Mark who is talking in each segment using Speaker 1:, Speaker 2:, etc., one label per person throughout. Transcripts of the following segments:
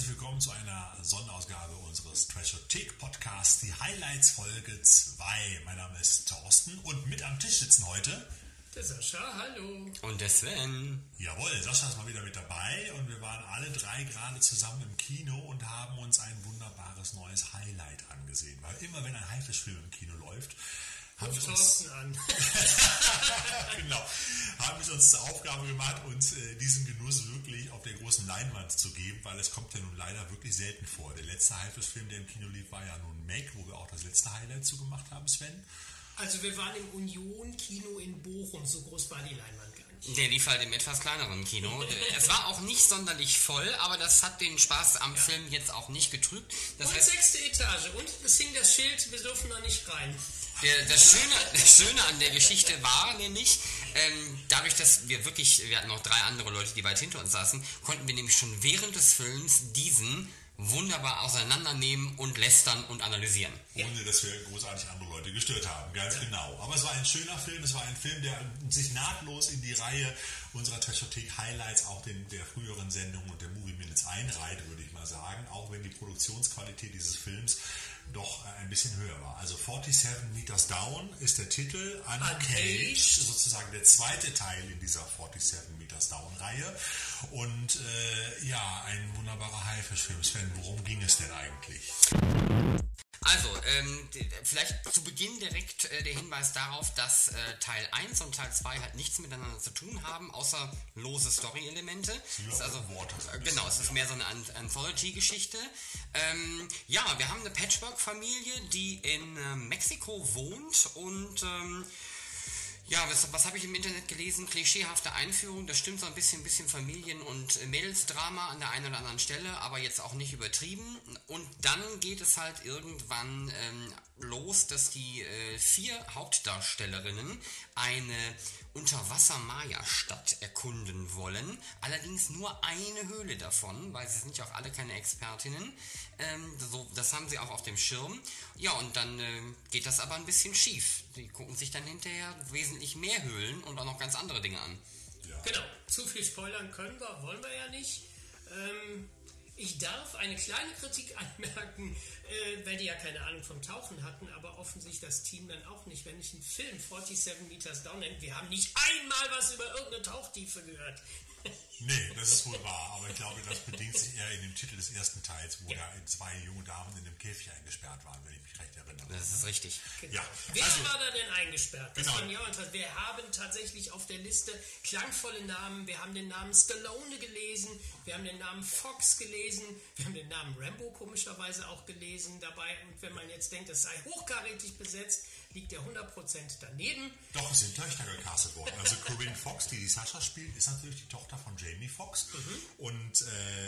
Speaker 1: willkommen zu einer Sonderausgabe unseres Trashothek-Podcasts, die Highlights-Folge 2. Mein Name ist Thorsten und mit am Tisch sitzen heute
Speaker 2: der Sascha, hallo.
Speaker 3: Und der Sven.
Speaker 1: Jawohl, Sascha ist mal wieder mit dabei und wir waren alle drei gerade zusammen im Kino und haben uns ein wunderbares neues Highlight angesehen. Weil immer wenn ein Haifischfilm im Kino läuft, haben wir uns zur Aufgabe gemacht, uns diesen Genuss wirklich auf der großen Leinwand zu geben, weil es kommt ja nun leider wirklich selten vor. Der letzte Haifischfilm, der im Kino lief, war ja nun Meg, wo wir auch das letzte Highlight zu gemacht haben, Sven.
Speaker 2: Also wir waren im Union-Kino in Bochum, so groß war die Leinwand gar nicht.
Speaker 3: Der lief halt im etwas kleineren Kino. Es war auch nicht sonderlich voll, aber das hat den Spaß am Film jetzt auch nicht getrübt.
Speaker 2: Das heißt, 6. Etage und es hing das Schild, wir dürfen da nicht rein.
Speaker 3: Das Schöne an der Geschichte war nämlich, dadurch, dass wir hatten noch 3 andere Leute, die weit hinter uns saßen, konnten wir nämlich schon während des Films diesen wunderbar auseinandernehmen und lästern und analysieren.
Speaker 1: Ohne, dass wir großartig andere Leute gestört haben, ganz genau. Aber es war ein schöner Film, es war ein Film, der sich nahtlos in die Reihe unserer Trashothek-Highlights, auch der früheren Sendung und der Movie Minutes einreiht, würde ich mal sagen, auch wenn die Produktionsqualität dieses Films doch ein bisschen höher war. Also 47 Meters Down ist der Titel, Uncaged, sozusagen der zweite Teil in dieser 47 Meters Down Reihe. Und ein wunderbarer Haifischfilm. Sven, worum ging es denn eigentlich?
Speaker 3: Also, vielleicht zu Beginn direkt der Hinweis darauf, dass Teil 1 und Teil 2 halt nichts miteinander zu tun haben, außer lose Story-Elemente. Genau, es ist mehr so eine Anthology-Geschichte. Wir haben eine Patchwork-Familie, die in Mexiko wohnt und was habe ich im Internet gelesen? Klischeehafte Einführung, das stimmt so ein bisschen Familien- und Mädelsdrama an der einen oder anderen Stelle, aber jetzt auch nicht übertrieben. Und dann geht es halt irgendwann los, dass die 4 Hauptdarstellerinnen eine Unterwasser-Maya-Stadt erkunden wollen. Allerdings nur eine Höhle davon, weil sie sind ja auch alle keine Expertinnen. Das haben sie auch auf dem Schirm. Ja, und dann geht das aber ein bisschen schief. Die gucken sich dann hinterher wesentlich mehr Höhlen und auch noch ganz andere Dinge an.
Speaker 2: Ja. Genau, zu viel spoilern wollen wir ja nicht. Ich darf eine kleine Kritik anmerken, weil die ja keine Ahnung vom Tauchen hatten, aber offensichtlich das Team dann auch nicht. Wenn ich einen Film 47 Meters Down nenne, wir haben nicht einmal was über irgendeine Tauchtiefe gehört.
Speaker 1: Nee, das ist wohl wahr, aber ich glaube, das bedingt sich eher in dem Titel des ersten Teils, wo da 2 junge Damen in einem Käfig eingesperrt waren, wenn ich mich recht erinnere.
Speaker 3: Das ist richtig.
Speaker 2: Genau. Ja. Wer war da denn eingesperrt? Das
Speaker 1: genau.
Speaker 2: Wir haben tatsächlich auf der Liste klangvolle Namen. Wir haben den Namen Stallone gelesen, wir haben den Namen Fox gelesen, wir haben den Namen Rambo komischerweise auch gelesen dabei. Und wenn man jetzt denkt, es sei hochkarätig besetzt, liegt der 100% daneben.
Speaker 1: Doch, es sind Töchter gecastet worden. Also Corinne Fox, die Sascha spielt, ist natürlich die Tochter von Jamie Foxx. Und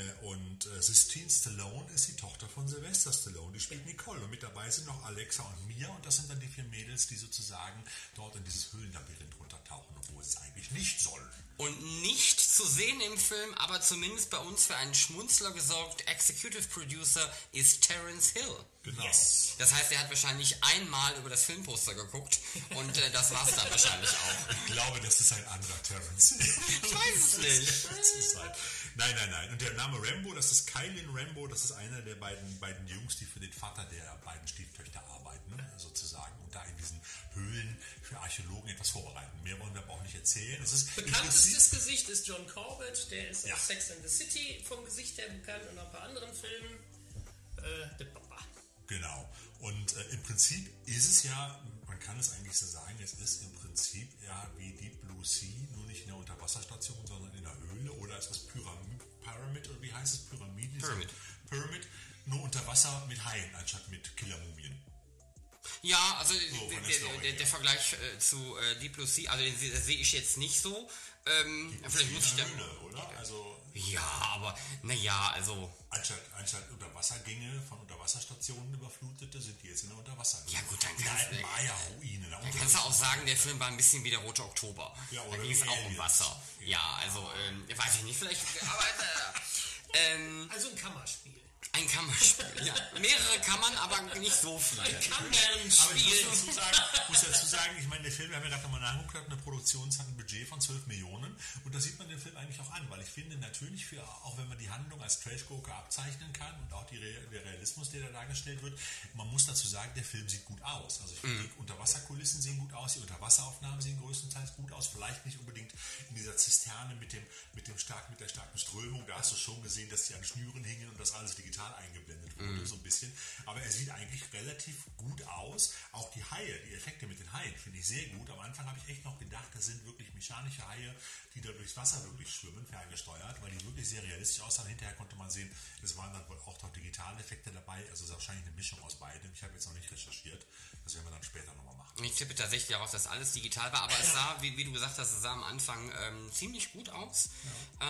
Speaker 1: Sistine Stallone ist die Tochter von Sylvester Stallone. Die spielt Nicole. Und mit dabei sind noch Alexa und Mia. Und das sind dann die 4 Mädels, die sozusagen dort in dieses Höhlenlabyrinth runtertauchen, obwohl es eigentlich nicht sollen.
Speaker 3: Und nicht zu sehen im Film, aber zumindest bei uns für einen Schmunzler gesorgt, Executive Producer ist Terence Hill.
Speaker 1: Genau.
Speaker 3: Yes. Das heißt, er hat wahrscheinlich einmal über das Filmposter geguckt und das war's dann wahrscheinlich auch.
Speaker 1: Ich glaube, das ist ein anderer Terence.
Speaker 3: Ich weiß es nicht.
Speaker 1: Nein. Und der Name Rambo, das ist Kylian Rambo, das ist einer der beiden Jungs, die für den Vater der beiden Stieftöchter arbeiten, sozusagen. Und da in diesen Höhlen für Archäologen etwas vorbereiten. Mehr wollen wir aber auch nicht erzählen.
Speaker 2: Bekanntestes Gesicht ist John Corbett, der ist aus Sex and the City vom Gesicht her bekannt und noch ein paar anderen Filmen. Der Papa.
Speaker 1: Genau. Und im Prinzip ist es ja, man kann es eigentlich so sagen, es ist im Prinzip ja wie Deep Blue Sea, nur nicht in der Unterwasserstation, sondern in der Höhle. Oder ist das Pyramid, oder wie heißt es? Pyramid, nur unter Wasser mit Haien, anstatt mit Killermumien.
Speaker 3: Ja, also der Vergleich zu Deep Blue Sea, also den sehe ich jetzt nicht so. Vielleicht muss ich da...
Speaker 1: Höhle, oder? Also...
Speaker 3: Ja, aber, also...
Speaker 1: Anstatt Unterwassergänge von Unterwasserstationen überflutete, sind die jetzt in der Unterwasserhöhle.
Speaker 3: Ja gut, dann
Speaker 1: kannst
Speaker 3: du auch sagen, der Film war ein bisschen wie der Rote Oktober.
Speaker 1: Ja,
Speaker 3: da ging es auch um Wasser. Ja, also, weiß ich nicht, vielleicht... Aber,
Speaker 2: also ein Kammerspiel.
Speaker 3: Ein Kammerspiel, ja. Mehrere kann man, aber nicht so viele.
Speaker 1: Aber ich muss dazu sagen, ich meine, der Film, wir haben ja gerade nochmal nachgeguckt, hat eine hat ein Budget von 12 Millionen und da sieht man den Film eigentlich auch an, weil ich finde natürlich, auch wenn man die Handlung als Trash-Gurke abzeichnen kann und auch der Realismus, der da dargestellt wird, man muss dazu sagen, der Film sieht gut aus. Also ich finde, die Unterwasserkulissen sehen gut aus, die Unterwasseraufnahmen sehen größtenteils gut aus, vielleicht nicht unbedingt in dieser Zisterne mit der starken Strömung, da hast du schon gesehen, dass die an Schnüren hingen und das alles digital eingeblendet wurde, so ein bisschen. Aber er sieht eigentlich relativ gut aus. Auch die Haie, die Effekte mit den Haien finde ich sehr gut. Am Anfang habe ich echt noch gedacht, das sind wirklich mechanische Haie, die da durchs Wasser wirklich schwimmen, ferngesteuert, weil die wirklich sehr realistisch aussahen. Hinterher konnte man sehen, es waren dann wohl auch noch Digitaleffekte dabei, also es ist wahrscheinlich eine Mischung aus beidem. Ich habe jetzt noch nicht recherchiert, das werden wir dann später nochmal machen.
Speaker 3: Ich tippe tatsächlich darauf, dass alles digital war, aber es sah, wie du gesagt hast, es sah am Anfang ziemlich gut aus. Ja.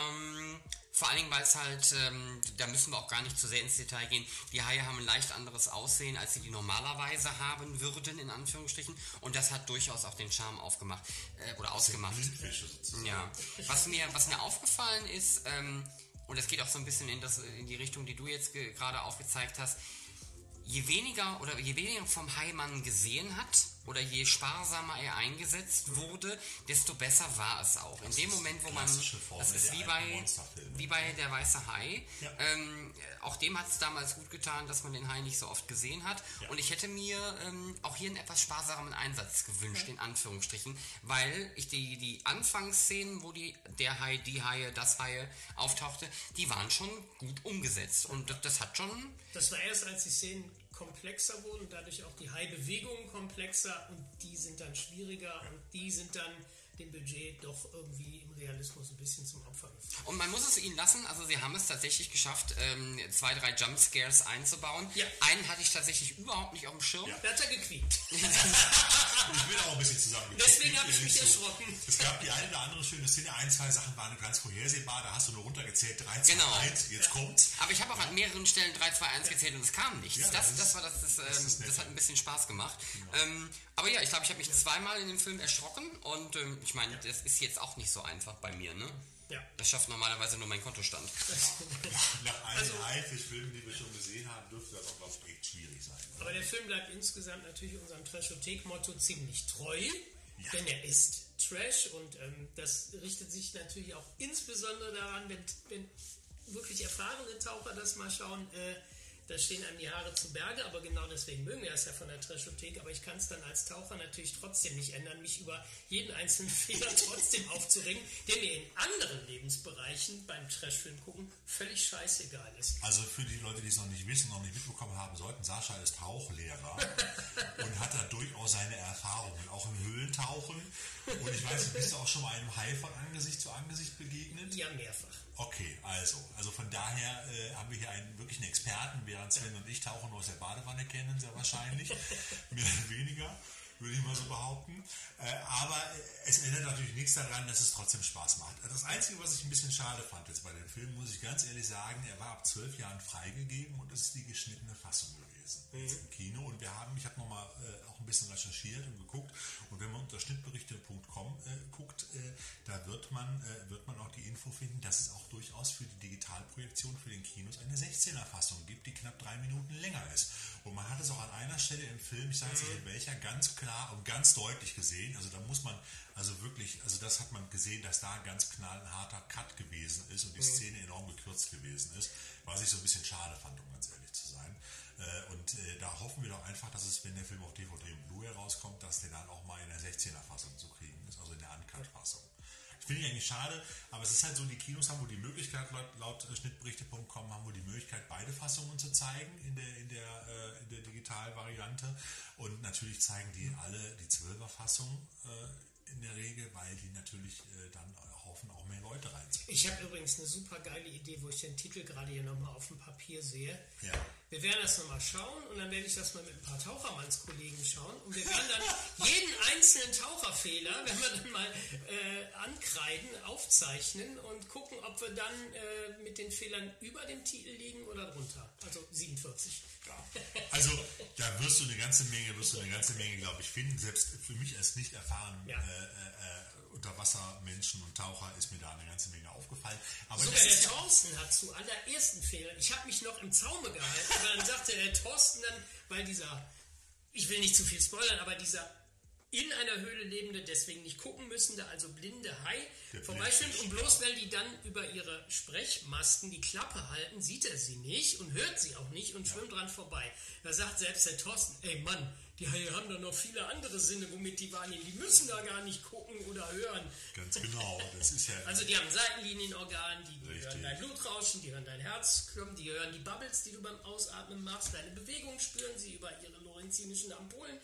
Speaker 3: Vor allen Dingen, weil es halt, da müssen wir auch gar nicht zu sehr ins Detail gehen, die Haie haben ein leicht anderes Aussehen, als sie die normalerweise haben würden, in Anführungsstrichen, und das hat durchaus auch den Charme aufgemacht, oder ausgemacht. Ja. Was mir aufgefallen ist, und das geht auch so ein bisschen in die Richtung, die du jetzt gerade aufgezeigt hast, je weniger vom Hai man gesehen hat oder je sparsamer er eingesetzt wurde, desto besser war es auch. In dem Moment, wo man, das ist wie bei der weiße Hai, ja. Auch dem hat es damals gut getan, dass man den Hai nicht so oft gesehen hat. Ja. Und ich hätte mir auch hier einen etwas sparsamen Einsatz gewünscht, in Anführungsstrichen, weil ich die Anfangsszenen, wo der Hai, die Haie, das Haie auftauchte, die waren schon gut umgesetzt. Und das hat schon...
Speaker 2: Das war erst, als die Szenen komplexer wurden, dadurch auch die Hai-Bewegungen komplexer und die sind dann schwieriger und die sind dann dem Budget doch irgendwie im Realismus ein bisschen zum Opfer gefallen.
Speaker 3: Und man muss es ihnen lassen, also sie haben es tatsächlich geschafft, 2, 3 Jumpscares einzubauen. Ja. Einen hatte ich tatsächlich überhaupt nicht auf dem Schirm.
Speaker 2: Ja. Da hat er gequiekt.
Speaker 1: Ich bin auch ein bisschen zusammengekommen.
Speaker 2: Deswegen habe ich mich erschrocken.
Speaker 1: Es gab die eine oder andere schöne Szene, 1, 2 Sachen waren ganz vorhersehbar, da hast du nur runtergezählt, 3, 2, 1, jetzt kommt's.
Speaker 3: Aber ich habe auch an mehreren Stellen 3, 2, 1 gezählt und es kam nichts. Ja, das hat ein bisschen Spaß gemacht. Genau. Aber ja, ich glaube, ich habe mich zweimal in dem Film erschrocken und ich meine, das ist jetzt auch nicht so einfach bei mir, ne? Ja. Das schafft normalerweise nur mein Kontostand.
Speaker 1: Nach allen Haifischfilmen, die wir schon gesehen haben, dürfte das auch, glaube ich, echt schwierig sein. Oder?
Speaker 2: Aber der Film bleibt insgesamt natürlich unserem Trashothek-Motto ziemlich treu, denn er ist Trash und das richtet sich natürlich auch insbesondere daran, wenn wirklich erfahrene Taucher das mal schauen, da stehen einem die Haare zu Berge, aber genau deswegen mögen wir es ja von der Trashothek, aber ich kann es dann als Taucher natürlich trotzdem nicht ändern, mich über jeden einzelnen Fehler trotzdem aufzuregen, der mir in anderen Lebensbereichen beim Trashfilm gucken völlig scheißegal ist.
Speaker 1: Also für die Leute, die es noch nicht wissen, noch nicht mitbekommen haben sollten, Sascha ist Tauchlehrer und hat da durchaus seine Erfahrungen, auch im Höhlentauchen. Und ich weiß nicht, bist du auch schon mal einem Hai von Angesicht zu Angesicht begegnet?
Speaker 2: Ja, mehrfach.
Speaker 1: Okay, also von daher haben wir hier wirklich einen Experten, während Sven und ich tauchen nur aus der Badewanne kennen, sehr wahrscheinlich, mehr oder weniger, würde ich mal so behaupten. Aber es ändert natürlich nichts daran, dass es trotzdem Spaß macht. Das Einzige, was ich ein bisschen schade fand jetzt bei dem Film, muss ich ganz ehrlich sagen, er war ab 12 Jahren freigegeben und es ist die geschnittene Fassung gewesen im Kino. Und ich habe nochmal auch ein bisschen recherchiert und geguckt. Und wenn man unter schnittberichte.com guckt, da wird man auch die Info finden, dass es auch durchaus für die Digitalprojektion für den Kinos eine 16er-Fassung gibt, die knapp 3 Minuten länger ist. Und man hat es auch an einer Stelle im Film, ich sage jetzt nicht in welcher, ganz klar und ganz deutlich gesehen. Also da muss man, das hat man gesehen, dass da ganz knallharter Cut gewesen ist und die Szene enorm gekürzt gewesen ist, was ich so ein bisschen schade fand, um ganz ehrlich zu sein. Und da hoffen wir doch einfach, dass es, wenn der Film auf DVD und Blu-ray rauskommt, dass der dann auch mal in der 16er-Fassung zu kriegen ist, also in der Uncut-Fassung. Finde ich eigentlich schade, aber es ist halt so, die Kinos haben wohl die Möglichkeit, laut schnittberichte.com haben wohl die Möglichkeit, beide Fassungen zu zeigen in der Digitalvariante. Und natürlich zeigen die alle die 12er-Fassung in der Regel, weil die natürlich dann hoffen, auch mehr Leute reinzuziehen.
Speaker 2: Ich habe übrigens eine super geile Idee, wo ich den Titel gerade hier nochmal auf dem Papier sehe.
Speaker 1: Ja.
Speaker 2: Wir werden das nochmal schauen und dann werde ich das mal mit ein paar Tauchermannskollegen schauen und wir werden dann jeden einzelnen Taucherfehler, wenn wir dann mal ankreiden, aufzeichnen und gucken, ob wir dann mit den Fehlern über dem Titel liegen oder drunter. Also 47.
Speaker 1: Ja. Also da wirst du eine ganze Menge, glaube ich, finden. Selbst für mich als nicht erfahren Unterwassermenschen und Taucher ist mir da eine ganze Menge aufgefallen. Aber
Speaker 2: sogar der Thorsten hat zu allerersten Fehlern, ich habe mich noch im Zaume gehalten, aber dann sagte der Thorsten dann, weil ich will nicht zu viel spoilern, aber dieser in einer Höhle lebende, deswegen nicht gucken müssende, also blinde Hai, vorbeischwimmt und bloß weil die dann über ihre Sprechmasken die Klappe halten, sieht er sie nicht und hört sie auch nicht und schwimmt dran vorbei. Da sagt selbst der Thorsten, ey Mann, die Haie haben doch noch viele andere Sinne, womit die wahrnehmen. Die müssen da gar nicht gucken oder hören.
Speaker 1: Ganz genau, das ist ja...
Speaker 2: Also die haben Seitenlinienorgane, die hören dein Blutrauschen, die hören dein Herzklopfen, die hören die Bubbles, die du beim Ausatmen machst, deine Bewegung spüren sie über ihre lorenzinischen Ampullen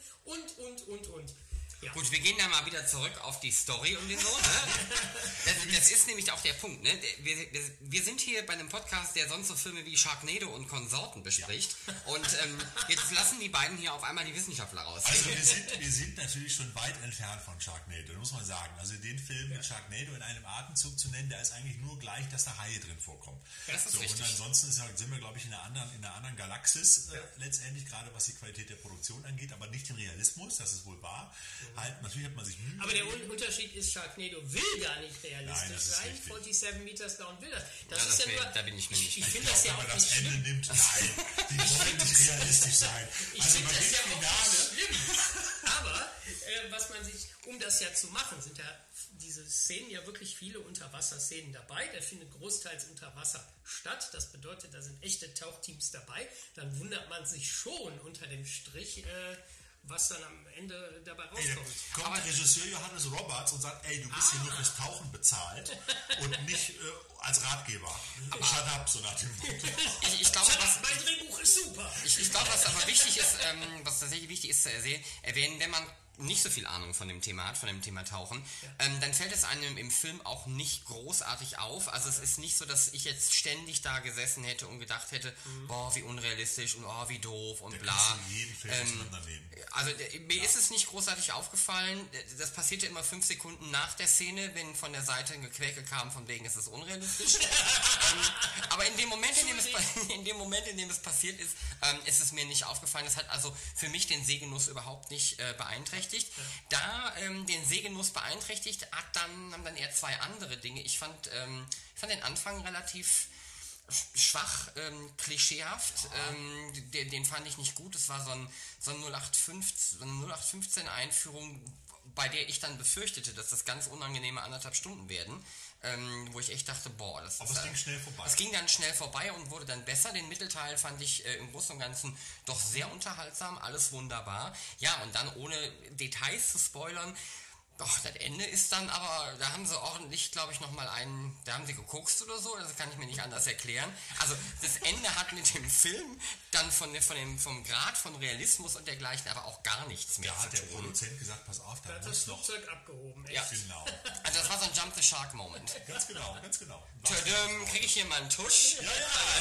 Speaker 2: und. Ja.
Speaker 3: Gut, wir gehen da mal wieder zurück auf die Story um den Sohn. Ne? Das ist nämlich auch der Punkt. Ne? Wir sind hier bei einem Podcast, der sonst so Filme wie Sharknado und Konsorten bespricht. Ja. Und jetzt lassen die beiden hier auf einmal die Wissenschaftler raus.
Speaker 1: Also wir sind natürlich schon weit entfernt von Sharknado, muss man sagen. Also den Film mit Sharknado in einem Atemzug zu nennen, der ist eigentlich nur gleich, dass da Haie drin vorkommen.
Speaker 3: Das ist richtig.
Speaker 1: Und ansonsten sind wir, glaube ich, in einer anderen Galaxis, letztendlich, gerade was die Qualität der Produktion angeht, aber nicht den Realismus, das ist wohl wahr. Halt, natürlich hat man sich Mühe.
Speaker 2: Aber der Unterschied ist, Sharknado will gar nicht realistisch sein. 47 Meters Down will das. Das ist ja nur,
Speaker 3: da bin ich mir nicht.
Speaker 2: Ich finde das ja auch
Speaker 1: das
Speaker 2: nicht
Speaker 1: Ende
Speaker 2: schlimm.
Speaker 1: nimmt. Nein, die wollen nicht realistisch sein.
Speaker 2: Ich
Speaker 1: Also
Speaker 2: finde
Speaker 1: bei
Speaker 2: das
Speaker 1: dem
Speaker 2: ja auch
Speaker 1: Finale...
Speaker 2: nicht schlimm. Aber was man sich, um das ja zu machen, sind ja diese Szenen ja wirklich viele Unterwasserszenen dabei. Der findet großteils unter Wasser statt. Das bedeutet, da sind echte Tauchteams dabei. Dann wundert man sich schon unter dem Strich, was dann am Ende dabei rauskommt.
Speaker 1: Kommt der Regisseur Johannes Roberts und sagt, ey, du bist hier nur fürs Tauchen bezahlt und nicht als Ratgeber. Shut up, so nach dem Motto.
Speaker 3: Ich glaube,
Speaker 2: mein Drehbuch ist super.
Speaker 3: Ich glaube, was aber wichtig ist, was tatsächlich wichtig ist zu erwähnen, wenn man nicht so viel Ahnung von dem Thema hat, von dem Thema Tauchen, dann fällt es einem im Film auch nicht großartig auf. Also es ist nicht so, dass ich jetzt ständig da gesessen hätte und gedacht hätte, boah, wie unrealistisch und oh, wie doof und bla. Also mir ist es nicht großartig aufgefallen. Das passierte immer 5 Sekunden nach der Szene, wenn von der Seite ein Gequäke kam, von wegen, es ist unrealistisch. Aber in dem Moment, in dem es passiert ist, ist es mir nicht aufgefallen. Das hat also für mich den Sehgenuss überhaupt nicht beeinträchtigt. Da den Sehgenuss beeinträchtigt haben dann eher 2 andere Dinge. Ich fand den Anfang relativ schwach, klischeehaft, den fand ich nicht gut. Es war so eine 0815 Einführung, bei der ich dann befürchtete, dass das ganz unangenehme 1,5 Stunden werden. Wo ich echt dachte, boah, das
Speaker 1: aber es ging schnell vorbei.
Speaker 3: Es ging dann schnell vorbei und wurde dann besser. Den Mittelteil fand ich im Großen und Ganzen doch sehr unterhaltsam, alles wunderbar. Ja, und dann ohne Details zu spoilern, doch, das Ende ist dann aber, da haben sie ordentlich, glaube ich, nochmal da haben sie gekokst oder so, das kann ich mir nicht anders erklären. Also das Ende hat mit dem Film dann vom Grad von Realismus und dergleichen aber auch gar nichts mehr
Speaker 1: zu tun. Da hat der Produzent gesagt, pass auf, da
Speaker 2: hat das Flugzeug abgehoben. Echt?
Speaker 1: Ja, genau.
Speaker 3: Also das war so ein Jump the Shark Moment.
Speaker 1: Ganz genau.
Speaker 3: Kriege ich hier mal einen Tusch?
Speaker 1: Ja.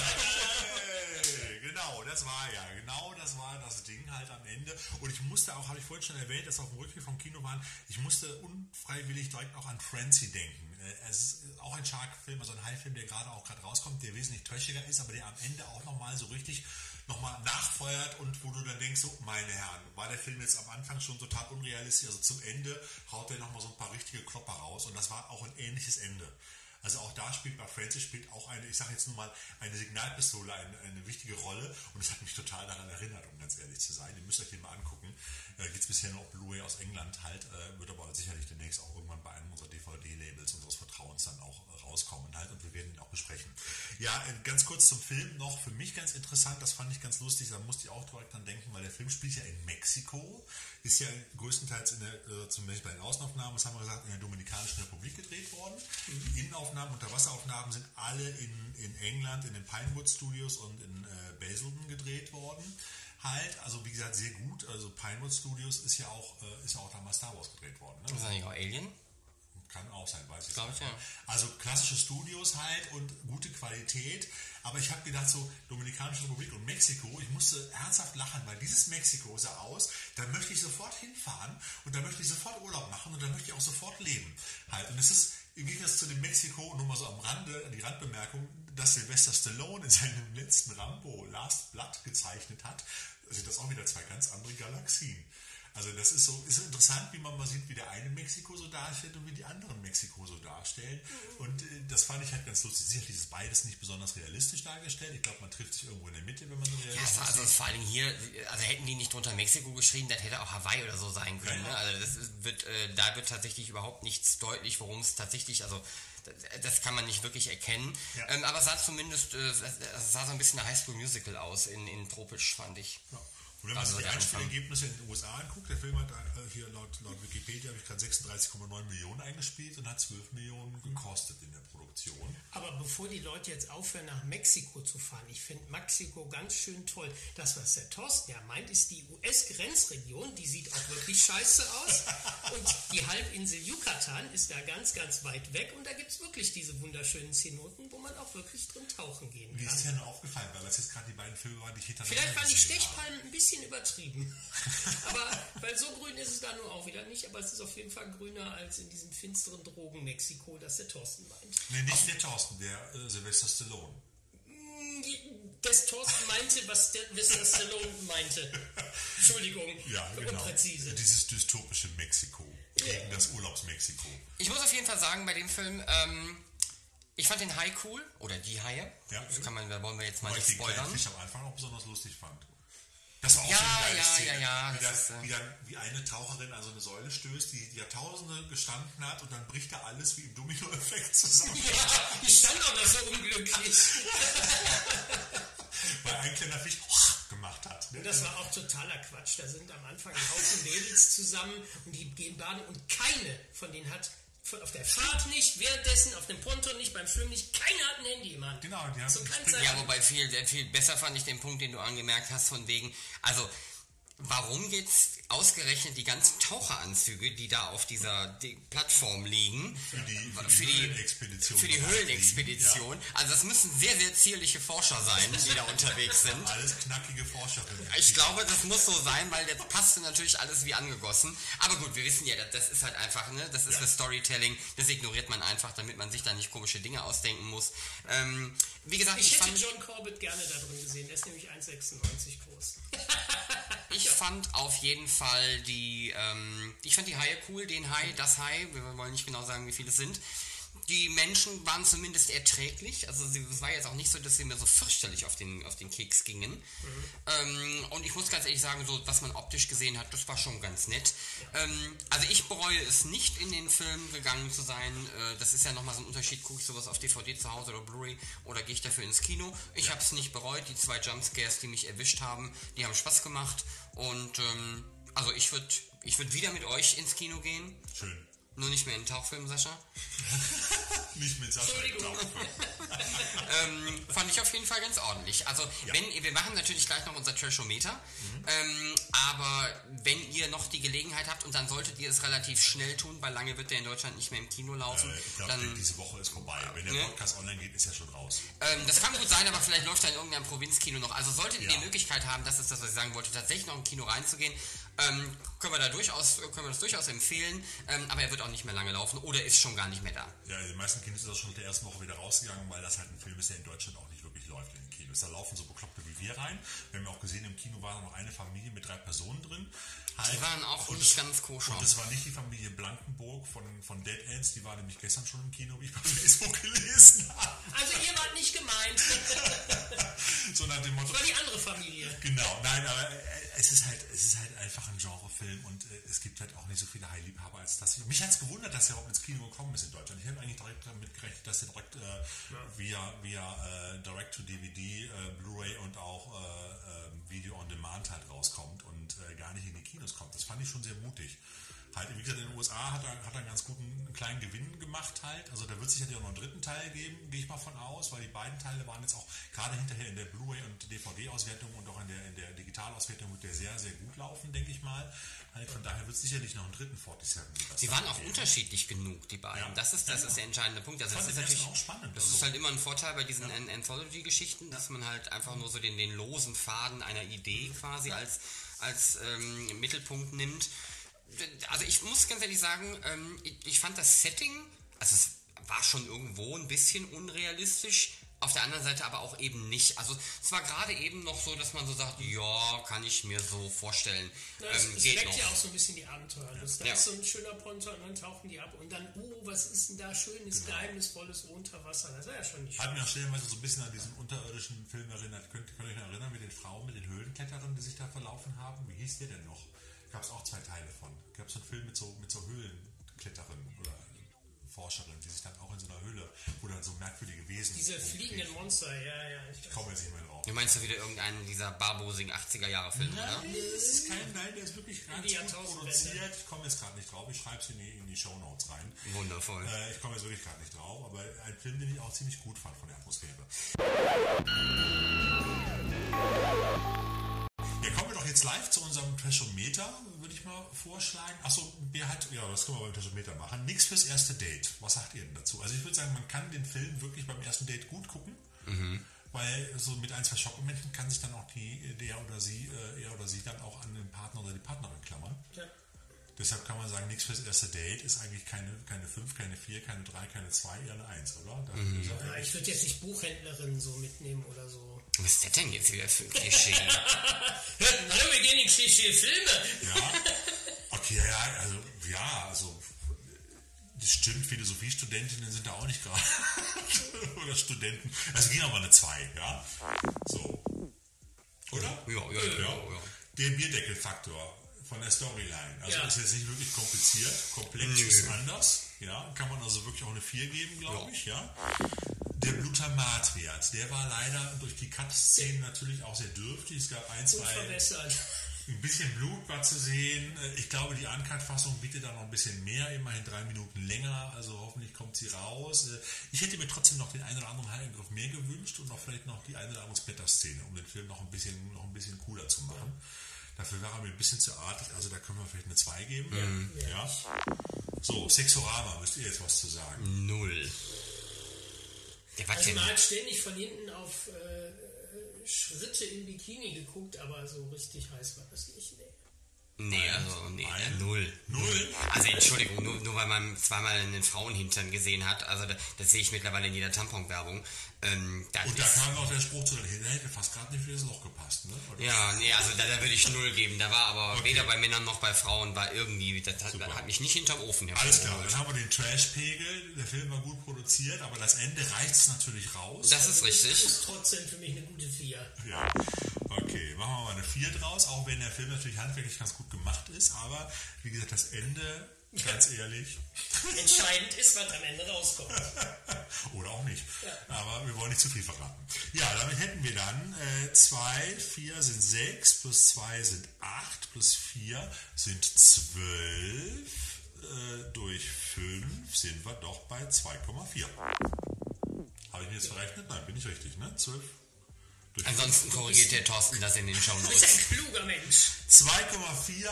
Speaker 1: Genau, das war das Ding halt am Ende. Und ich musste auch, habe ich vorhin schon erwähnt, dass auf dem Rückweg vom Kino waren, ich musste unfreiwillig direkt auch an Frenzy denken. Es ist auch ein Shark-Film, also ein Hai-Film, der gerade rauskommt, der wesentlich trashiger ist, aber der am Ende auch nochmal so richtig nachfeuert und wo du dann denkst, so, meine Herren, war der Film jetzt am Anfang schon total unrealistisch, also zum Ende haut der nochmal so ein paar richtige Klopper raus und das war auch ein ähnliches Ende. Also auch da spielt bei Francis auch ich sage jetzt nur mal, eine Signalpistole eine wichtige Rolle und das hat mich total daran erinnert, um ganz ehrlich zu sein. Ihr müsst euch den mal angucken. Gibt es bisher nur auf Blu-ray aus England halt, wird aber sicherlich demnächst auch irgendwann bei einem unserer DVD-Labels unseres Vertrauens dann auch rauskommen halt und wir werden ihn auch besprechen. Ja, ganz kurz zum Film noch, für mich ganz interessant, das fand ich ganz lustig, da musste ich auch direkt dran denken, weil der Film spielt ja in Mexiko, ist ja größtenteils zumindest bei den Außenaufnahmen, das haben wir gesagt, in der Dominikanischen Republik gedreht worden. Die Innenaufnahmen, Unterwasseraufnahmen sind alle in England, in den Pinewood Studios und in Basildon gedreht worden. Halt, also wie gesagt, sehr gut. Also Pinewood Studios ist ja auch damals Star Wars gedreht worden. Ne?
Speaker 3: Ist das nicht auch Alien?
Speaker 1: Kann auch sein, weiß ich
Speaker 3: nicht. Ja.
Speaker 1: Also klassische Studios halt und gute Qualität. Aber ich habe gedacht, so Dominikanische Republik und Mexiko, ich musste ernsthaft lachen, weil dieses Mexiko sah aus, da möchte ich sofort hinfahren und da möchte ich sofort Urlaub machen und da möchte ich auch sofort leben. Halt. Und es ist im Gegensatz zu dem Mexiko, nur mal so am Rande, die Randbemerkung, dass Sylvester Stallone in seinem letzten Rambo Last Blood gezeichnet hat, sind das auch wieder 2 ganz andere Galaxien. Also das ist interessant, wie man mal sieht, wie der eine Mexiko so darstellt und wie die anderen Mexiko so darstellen. Und das fand ich halt ganz lustig. Sicherlich ist beides nicht besonders realistisch dargestellt. Ich glaube, man trifft sich irgendwo in der Mitte, wenn man so realistisch
Speaker 3: Ja, also vor allem hier, also hätten die nicht drunter Mexiko geschrieben, das hätte auch Hawaii oder so sein können.
Speaker 1: Ja.
Speaker 3: Ne? Also da wird tatsächlich überhaupt nichts deutlich, worum es tatsächlich, also das kann man nicht wirklich erkennen. Ja. Aber es sah zumindest, es sah so ein bisschen eine Highschool-Musical aus in tropisch, fand ich.
Speaker 1: Ja. Und wenn man sich die Einspielergebnisse in den USA anguckt, der Film hat hier laut Wikipedia, habe ich gerade 36,9 Millionen eingespielt und hat 12 Millionen gekostet in der Produktion.
Speaker 2: Aber bevor die Leute jetzt aufhören, nach Mexiko zu fahren, ich finde Mexiko ganz schön toll. Das, was der Thorsten ja meint, ist die US-Grenzregion, die sieht auch wirklich scheiße aus. Und die Halbinsel Yucatan ist da ganz, ganz weit weg und da gibt es wirklich diese wunderschönen Zenoten, wo man auch wirklich drin tauchen gehen kann.
Speaker 1: Mir ist es ja nur aufgefallen, weil das jetzt gerade die beiden Filme waren, die ich hintereinander
Speaker 2: Vielleicht waren die Stechpalmen ein bisschen übertrieben. Aber, weil so grün ist es da nur auch wieder nicht, aber es ist auf jeden Fall grüner als in diesem finsteren Drogen-Mexiko, das der Thorsten meint.
Speaker 1: Nee, nicht der Thorsten, der Sylvester Stallone.
Speaker 2: Das Thorsten meinte, was der Sylvester Stallone meinte. Entschuldigung,
Speaker 1: ja, genau.
Speaker 2: Unpräzise.
Speaker 1: Dieses dystopische Mexiko, gegen das Urlaubsmexiko.
Speaker 3: Ich muss auf jeden Fall sagen, bei dem Film, ich fand den Hai cool, oder die Haie.
Speaker 1: Ja.
Speaker 3: Da wollen wir jetzt mal nicht
Speaker 1: spoilern.
Speaker 3: Weil
Speaker 1: ich den am Anfang auch besonders lustig fand. Das war auch so eine geile Szene. Wie eine Taucherin an so eine Säule stößt, die Jahrtausende gestanden hat und dann bricht da alles wie im Domino-Effekt zusammen.
Speaker 2: Ja, die stand auch noch so unglücklich.
Speaker 1: Weil ein kleiner Fisch gemacht hat. Ne?
Speaker 2: Das war auch totaler Quatsch. Da sind am Anfang ein Haufen Mädels zusammen und die gehen baden und keine von denen hat auf der Fahrt nicht, währenddessen auf dem Ponton nicht, beim Schwimmen nicht, keiner hat ein Handy im Hand.
Speaker 1: Genau, die haben
Speaker 2: so
Speaker 3: ja, wobei viel besser fand ich den Punkt, den du angemerkt hast, von wegen, also warum jetzt ausgerechnet die ganzen Taucheranzüge, die da auf dieser Plattform liegen,
Speaker 1: für die Höhlenexpedition.
Speaker 3: Für die Höhlenexpedition. Ja. Also das müssen sehr, sehr zierliche Forscher sein, die da unterwegs sind.
Speaker 1: Alles knackige Forscherinnen.
Speaker 3: Ich glaube, das muss so sein, weil jetzt passte natürlich alles wie angegossen. Aber gut, wir wissen ja, das ist halt einfach, ne, das ist das Storytelling, das ignoriert man einfach, damit man sich da nicht komische Dinge ausdenken muss. Wie gesagt,
Speaker 2: ich hätte John Corbett gerne da drin gesehen, der ist nämlich 1,96 groß.
Speaker 3: Ich fand auf jeden Fall ich fand die Haie cool, den Hai, das Hai, wir wollen nicht genau sagen, wie viele es sind. Die Menschen waren zumindest erträglich, also es war jetzt auch nicht so, dass sie mir so fürchterlich auf den Keks gingen. Und ich muss ganz ehrlich sagen, so was man optisch gesehen hat, das war schon ganz nett. Also ich bereue es nicht, in den Film gegangen zu sein. Das ist ja nochmal so ein Unterschied, gucke ich sowas auf DVD zu Hause oder Blu-ray oder gehe ich dafür ins Kino. Ich habe es nicht bereut, die 2 Jumpscares, die mich erwischt haben, die haben Spaß gemacht. Und also ich würd wieder mit euch ins Kino gehen.
Speaker 1: Schön.
Speaker 3: Nur nicht mehr in Tauchfilm, Sascha.
Speaker 1: Nicht mit Sascha in Tauchfilm.
Speaker 3: Fand ich auf jeden Fall ganz ordentlich. Also, wir machen natürlich gleich noch unser Trashometer, aber wenn ihr noch die Gelegenheit habt und dann solltet ihr es relativ schnell tun, weil lange wird der in Deutschland nicht mehr im Kino laufen.
Speaker 1: Ich glaube, diese Woche ist vorbei. Wenn der Podcast online geht, ist er schon raus.
Speaker 3: Das kann gut sein, aber vielleicht läuft er in irgendeinem Provinzkino noch. Also solltet ihr die Möglichkeit haben, das ist das, was ich sagen wollte, tatsächlich noch im Kino reinzugehen, können wir das durchaus empfehlen, aber er wird auch nicht mehr lange laufen oder ist schon gar nicht mehr da.
Speaker 1: Ja, in den meisten Kinos ist das schon in der ersten Woche wieder rausgegangen, weil das halt ein Film ist, der in Deutschland auch nicht wirklich läuft in den Kinos. Da laufen so Bekloppte wie wir rein. Wir haben ja auch gesehen, im Kino war noch eine Familie mit 3 Personen drin.
Speaker 3: Die waren auch nicht ganz koscher.
Speaker 1: Und das war nicht die Familie Blankenburg von Dead Ends, die war nämlich gestern schon im Kino, wie ich bei Facebook gelesen habe.
Speaker 2: Also ihr wart nicht gemeint.
Speaker 1: So nach dem Motto.
Speaker 2: Das war die andere Familie.
Speaker 1: Genau, nein, aber es ist halt einfach ein Genrefilm und es gibt halt auch nicht so viele High-Liebhaber als das. Mich hat es gewundert, dass er überhaupt ins Kino gekommen ist in Deutschland. Ich habe eigentlich direkt damit gerechnet, dass er direkt via Direct-to-DVD, Blu-ray und auch Video on Demand halt rauskommt und gar nicht in die Kinos kommt. Das fand ich schon sehr mutig. Halt, wie gesagt, in den USA hat er einen ganz guten kleinen Gewinn gemacht halt. Also da wird es sicherlich auch noch einen 3. Teil geben, gehe ich mal von aus, weil die beiden Teile waren jetzt auch gerade hinterher in der Blu-ray und DVD-Auswertung und auch in der Digitalauswertung wird der sehr, sehr gut laufen, denke ich mal. Halt, von daher wird es sicherlich noch einen 3. 47 geben.
Speaker 3: Sie waren auch unterschiedlich genug, die beiden. Ja. Das ist der entscheidende Punkt. Also das ist natürlich
Speaker 1: auch spannend.
Speaker 3: Das ist halt immer ein Vorteil bei diesen Anthology-Geschichten, dass man halt einfach nur so den losen Faden einer Idee quasi als Mittelpunkt nimmt. Also ich muss ganz ehrlich sagen, ich fand das Setting, also es war schon irgendwo ein bisschen unrealistisch, auf der anderen Seite aber auch eben nicht. Also es war gerade eben noch so, dass man so sagt, ja, kann ich mir so vorstellen.
Speaker 2: Es
Speaker 3: geht
Speaker 2: weckt
Speaker 3: noch.
Speaker 2: ja auch so ein bisschen die Abenteuerlust. Da ist so ein schöner Ponton und dann tauchen die ab und dann, was ist denn da schönes, geheimnisvolles unter Wasser? Das war ja schon nicht schön.
Speaker 1: Hat mir auch stellenweise so ein bisschen an diesen unterirdischen Film erinnert. Könnt ihr euch noch erinnern mit den Frauen, mit den Höhlenkletterern, die sich da verlaufen haben? Wie hieß der denn noch? Gab es auch 2 Teile von. Gab es so einen Film mit so Höhlenkletterern oder Forscherin, die sich dann auch in so einer Höhle, wo dann so merkwürdige Wesen...
Speaker 2: Diese fliegenden Monster, ja.
Speaker 1: Ich komme jetzt nicht mehr drauf.
Speaker 3: Du meinst du wieder irgendeinen dieser barbosigen 80er-Jahre-Filme, oder?
Speaker 1: Nein, der ist wirklich ganz gut produziert. Ich komme jetzt gerade nicht drauf. Ich schreibe es in die Shownotes rein.
Speaker 3: Wundervoll.
Speaker 1: Ich komme jetzt wirklich gerade nicht drauf, aber ein Film, den ich auch ziemlich gut fand von der Atmosphäre. Ja, kommen wir doch jetzt live zu unserem Trashometer, würde ich mal vorschlagen. Achso, das können wir beim Trashometer machen. Nichts fürs erste Date. Was sagt ihr denn dazu? Also ich würde sagen, man kann den Film wirklich beim ersten Date gut gucken, weil so mit 1, 2 Schockmomenten kann sich dann auch er oder sie dann auch an den Partner oder die Partnerin klammern. Ja. Deshalb kann man sagen, nichts fürs erste Date ist eigentlich keine 5, keine 4, keine 3, keine 2, eher eine 1, oder?
Speaker 2: Ich würde jetzt nicht Buchhändlerinnen so mitnehmen oder so.
Speaker 3: Was ist das denn jetzt wieder für ein Klischee?
Speaker 2: Hallo, wir gehen in Klischee-Filme.
Speaker 1: Ja, okay, also das stimmt, Philosophiestudentinnen sind da auch nicht gerade. Oder Studenten. Also ging aber eine 2, ja? So. Oder?
Speaker 3: Ja.
Speaker 1: Der Bierdeckelfaktor von der Storyline. Also ist jetzt nicht wirklich kompliziert. Komplex ist anders. Ja, kann man also wirklich auch eine 4 geben, glaube ich, ja. Der Glutamatwert, der war leider durch die Cut-Szenen natürlich auch sehr dürftig. Es gab ein bisschen Blut war zu sehen. Ich glaube, die Uncut-Fassung bietet da noch ein bisschen mehr, immerhin 3 Minuten länger, also hoffentlich kommt sie raus. Ich hätte mir trotzdem noch den einen oder anderen Handgriff mehr gewünscht und vielleicht noch die eine oder andere Splatter-Szene, um den Film noch ein bisschen cooler zu machen. Dafür war er mir ein bisschen zu artig, also da können wir vielleicht eine 2 geben. Ja. So, Sexorama, müsst ihr jetzt was zu sagen?
Speaker 3: 0.
Speaker 2: Also man hat ständig von hinten auf Schritte im Bikini geguckt, aber so richtig heiß war das nicht.
Speaker 3: Nee, 0. Also Entschuldigung, nur weil man zweimal einen Frauenhintern gesehen hat, also das sehe ich mittlerweile in jeder Tampon-Werbung.
Speaker 1: Und da kam auch der Spruch zu, der hätte fast gerade nicht für das Loch gepasst, ne? Oder?
Speaker 3: Ja, nee, also da würde ich 0 geben. Da war aber weder bei Männern noch bei Frauen war irgendwie, das hat mich nicht hinterm Ofen hervorgeholt.
Speaker 1: Alles klar, dann haben wir den Trash-Pegel, der Film war gut produziert, aber das Ende reicht es natürlich raus.
Speaker 3: Das ist richtig.
Speaker 2: Das ist trotzdem für mich eine gute 4.
Speaker 1: Ja, okay, machen wir mal eine 4 draus, auch wenn der Film natürlich handwerklich ganz gut gemacht ist, aber wie gesagt, das Ende, ganz ehrlich.
Speaker 2: Entscheidend ist, was am Ende rauskommt.
Speaker 1: Oder auch nicht.
Speaker 2: Ja.
Speaker 1: Aber wir wollen nicht zu viel verraten. Ja, damit hätten wir dann 2, 4 sind 6, plus 2 sind 8, plus 4 sind 12. Durch 5 sind wir doch bei 2,4. Habe ich mir jetzt verrechnet? Nein, bin ich richtig, ne? 12.
Speaker 3: Ansonsten korrigiert der Thorsten das in den Shownotes.
Speaker 2: Du bist ein kluger Mensch.
Speaker 1: 2,4,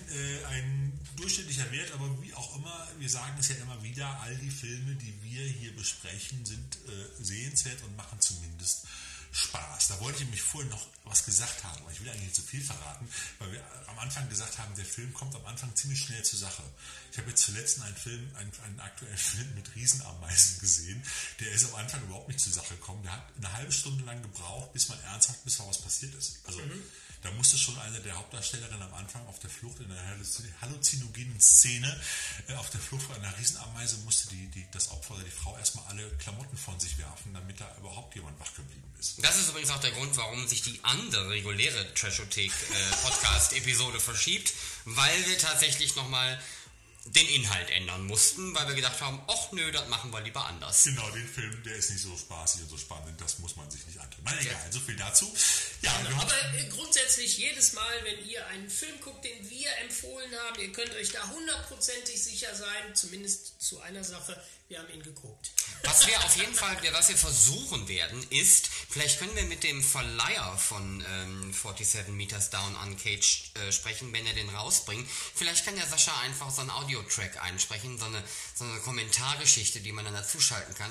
Speaker 1: ein durchschnittlicher Wert, aber wie auch immer, wir sagen es ja immer wieder, all die Filme, die wir hier besprechen, sind sehenswert und machen zumindest Spaß. Da wollte ich nämlich vorhin noch was gesagt haben, aber ich will eigentlich nicht zu viel verraten, weil wir am Anfang gesagt haben, der Film kommt am Anfang ziemlich schnell zur Sache. Ich habe jetzt zuletzt einen aktuellen Film mit Riesenameisen gesehen, der ist am Anfang überhaupt nicht zur Sache gekommen. Der hat eine halbe Stunde lang gebraucht, bis mal was passiert ist. Also da musste schon eine der Hauptdarstellerinnen am Anfang auf der Flucht in einer halluzinogenen Szene, auf der Flucht vor einer Riesenameise, musste das Opfer oder die Frau erstmal alle Klamotten von sich werfen, damit da überhaupt jemand wach geblieben ist.
Speaker 3: Das ist übrigens auch der Grund, warum sich die andere reguläre Trashothek-Podcast-Episode verschiebt, weil wir tatsächlich nochmal den Inhalt ändern mussten, weil wir gedacht haben, ach nö, das machen wir lieber anders.
Speaker 1: Genau, den Film, der ist nicht so spaßig und so spannend, das muss man sich nicht antun. Na egal, so viel dazu. Ja,
Speaker 2: genau, aber grundsätzlich jedes Mal, wenn ihr einen Film guckt, den wir empfohlen haben, ihr könnt euch da 100% sicher sein, zumindest zu einer Sache, wir haben ihn geguckt.
Speaker 3: Was wir auf jeden Fall, was wir versuchen werden, ist, vielleicht können wir mit dem Verleiher von 47 Meters Down Uncaged sprechen, wenn er den rausbringt. Vielleicht kann der Sascha einfach so einen Audiotrack einsprechen, so eine Kommentargeschichte, die man dann dazuschalten kann.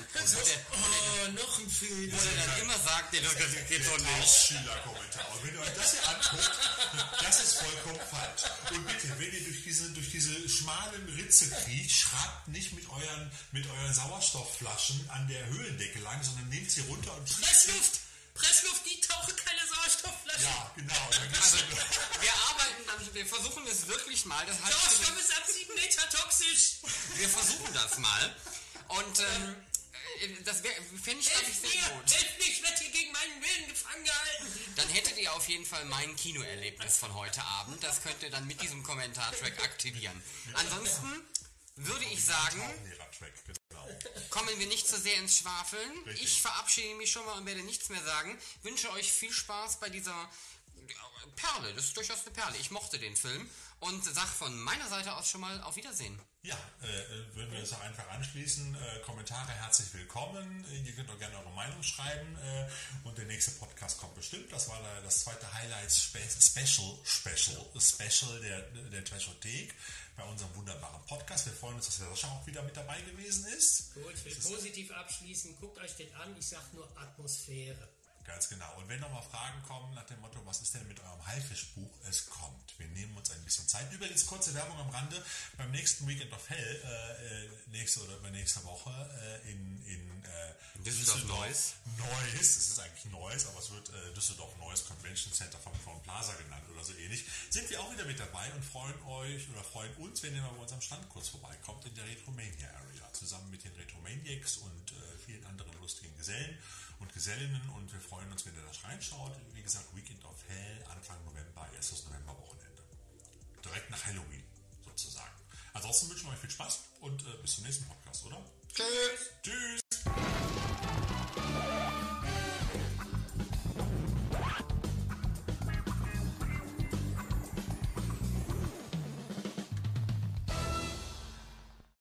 Speaker 2: Noch ein Film.
Speaker 3: Wo er dann immer sagt, das geht so nicht.
Speaker 1: Schülerkommentar. Und wenn ihr euch das hier anguckt, Das ist vollkommen falsch. Und bitte, wenn ihr durch diese schmalen Ritze kriecht, schrabt nicht mit euren Sauerstoffflaschen an der Höhlendecke lang, sondern nehmt sie runter und
Speaker 2: Pressluft, die tauchen keine Sauerstoffflaschen.
Speaker 1: Ja, genau.
Speaker 3: Also, wir versuchen es wirklich mal. Das heißt,
Speaker 2: Sauerstoff ist ab 7 Meter toxisch.
Speaker 3: wir versuchen das mal. Und das fände ich, glaube ich, sehr gut.
Speaker 2: Helft mir, ich werde hier gegen meinen Willen gefangen gehalten.
Speaker 3: Dann hättet ihr auf jeden Fall mein Kinoerlebnis von heute Abend. Das könnt ihr dann mit diesem Kommentartrack aktivieren. Ansonsten würde ich sagen, kommen wir nicht so sehr ins Schwafeln.
Speaker 1: Richtig.
Speaker 3: Ich verabschiede mich schon mal und werde nichts mehr sagen. Wünsche euch viel Spaß bei dieser Perle. Das ist durchaus eine Perle. Ich mochte den Film und sag von meiner Seite aus schon mal auf Wiedersehen.
Speaker 1: Ja, würden wir das auch einfach anschließen. Kommentare herzlich willkommen. Ihr könnt auch gerne eure Meinung schreiben. Und der nächste Podcast kommt bestimmt. Das war das zweite Highlights-Special der Trashothek bei unserem wunderbaren Podcast. Wir freuen uns, dass der Sascha auch wieder mit dabei gewesen ist.
Speaker 2: Gut, ich will positiv abschließen. Guckt euch den an. Ich sag nur Atmosphäre.
Speaker 1: Ganz genau. Und wenn nochmal Fragen kommen nach dem Motto, was ist denn mit eurem Haifischbuch? Es kommt. Wir nehmen uns ein bisschen Zeit. Übrigens, kurze Werbung am Rande. Beim nächsten Weekend of Hell, nächste oder übernächste Woche in
Speaker 3: Düsseldorf Neuss.
Speaker 1: Es ist eigentlich Neuss, aber es wird Düsseldorf Neuss Convention Center vom Plaza genannt oder so ähnlich. Sind wir auch wieder mit dabei und freuen uns, wenn ihr mal bei unserem Stand kurz vorbeikommt in der Retromania Area. Zusammen mit den Retromaniacs und vielen anderen lustigen Gesellen und Gesellinnen, und wir freuen uns, wenn ihr das reinschaut. Wie gesagt, Weekend of Hell, Anfang November, 1. November-Wochenende. Direkt nach Halloween, sozusagen. Ansonsten wünschen wir euch viel Spaß und bis zum nächsten Podcast, oder?
Speaker 3: Tschüss.
Speaker 1: Tschüss.